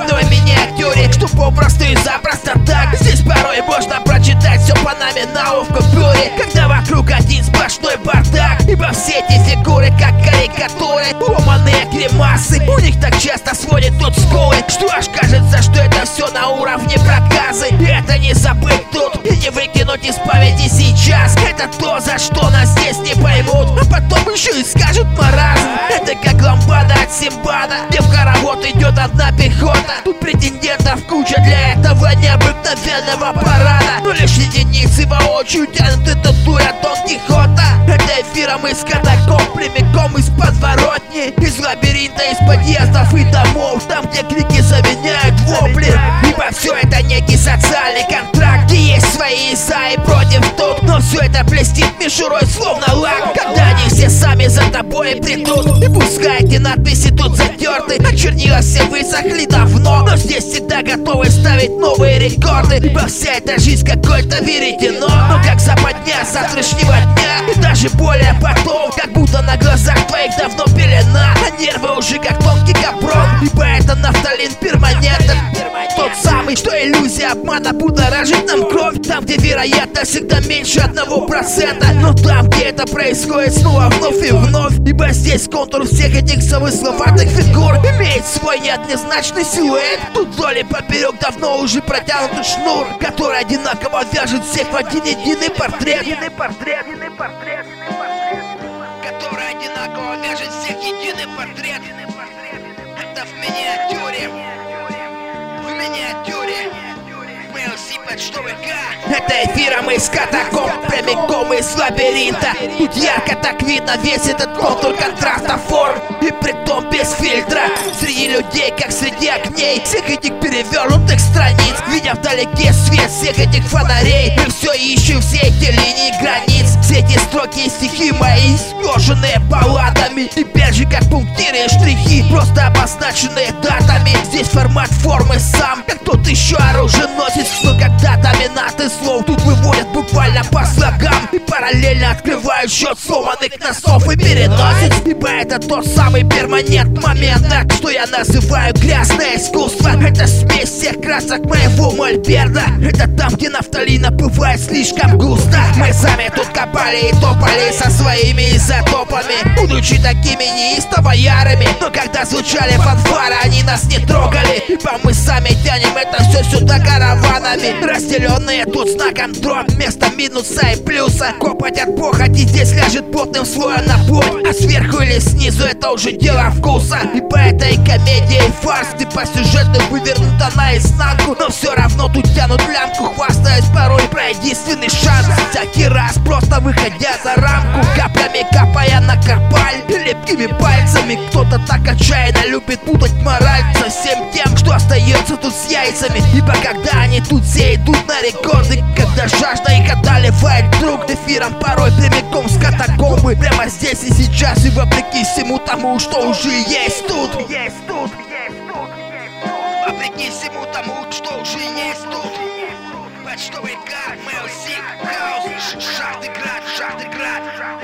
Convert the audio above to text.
одной миниатюре, что попросту и запросто так. Здесь порой можно прочитать все по номиналу в купюре, когда вокруг один сплошной бардак, ибо все эти фигуры как карикатуры, ломаные гримасы, у них так часто сводит тут скулы, что аж кажется, что это все на уровне проказы. И это не забыть тут и не выкинуть из памяти сейчас. Это то, за что нас здесь не поймут, а потом еще и скажут маразм. Это как лампада от Симбада, где в хоровод идет одна пехота. Тут претендентов куча для этого необыкновенного парада, но лишь единицы воочию тянут эту дурь от Дон Кихота. Это эфиром из катакомб, прямиком из подворотни, из лабиринта, из подъездов и домов, там, где крики заменяют вопли. Ибо все это некий социальный контракт, где есть свои за и против тут, но все это блестит мишурой словно лак, когда они все сами за тобой придут. И пускай эти надписи тут затерты, а чернила все высохли давно, но здесь всегда готовы ставить новые рекорды, ибо вся эта жизнь какой-то веретено. Но как западня с завтрашнего дня, и даже более потом, как будто на глазах твоих давно пелена, а нервы уже как тонкий капрон, ибо это нафталин перманентен, тот самый, что иллюзия обмана будоражит нам кровь. Там, где вероятность всегда меньше 1%, но там, где это происходит снова вновь и вновь, ибо здесь контур всех этих замысловатых фигур имеет свой неоднозначный силуэт. Тут вдоль и поперек давно уже протянутый шнур, который одинаково вяжет всех в один единый портрет, который одинаково вяжет всех в единый портрет. Это в миниатюре, это эфиром из катакомб, прямиком из лабиринта. Тут ярко так видно весь этот контур контраста форм, и притом без фильтра. Среди людей, как среди огней, всех этих перевернутых страниц, видя вдалеке свет всех этих фонарей, мы все ищем все эти линии границ. Все эти строки и стихи мои, сложенные балладами, теперь же как пунктиры и штрихи, просто обозначенные датами. Здесь формат формы сам, как тот еще оруженосец, но когда доминанты слов тут выводят буквально по слогам и параллельно открывают счет сломанных носов и переносец. Ибо это тот самый перманент момента, что я называю грязное искусство. Это смесь всех красок моего мольберта. Это там, где нафталина бывает слишком густо. Мы сами тут копали и топали со своими изотопами, будучи такими неистово ярыми, но когда звучали фанфары, они нас не трогали, ибо мы сами тянем это все сюда караванами, разделенные тут знаком дробь вместо минуса и плюса. Копоть от похоти здесь ляжет плотным слоем на плоть, а сверху или снизу это уже дело вкуса. Ибо это и комедия, и фарс, где по сюжету вывернута наизнанку, но все равно тут тянут лямку, хвастаясь порой про единственный шанс. Всякий раз просто выходя за рамку, каплями капая на карпаль и лепкими пальцами. Кто-то так отчаянно любит путать мораль со всем тем, что остается тут с яйцами. Ибо когда они тут все идут на рекорды, когда жажда их одолевает вдруг эфиром порой прямиком с катакомбы, прямо здесь и сейчас, и вопреки всему тому, что уже есть тут, вопреки всему тому, что уже есть тут. Почтовый карт, Мэл Сик, Хаус, Шахтеград.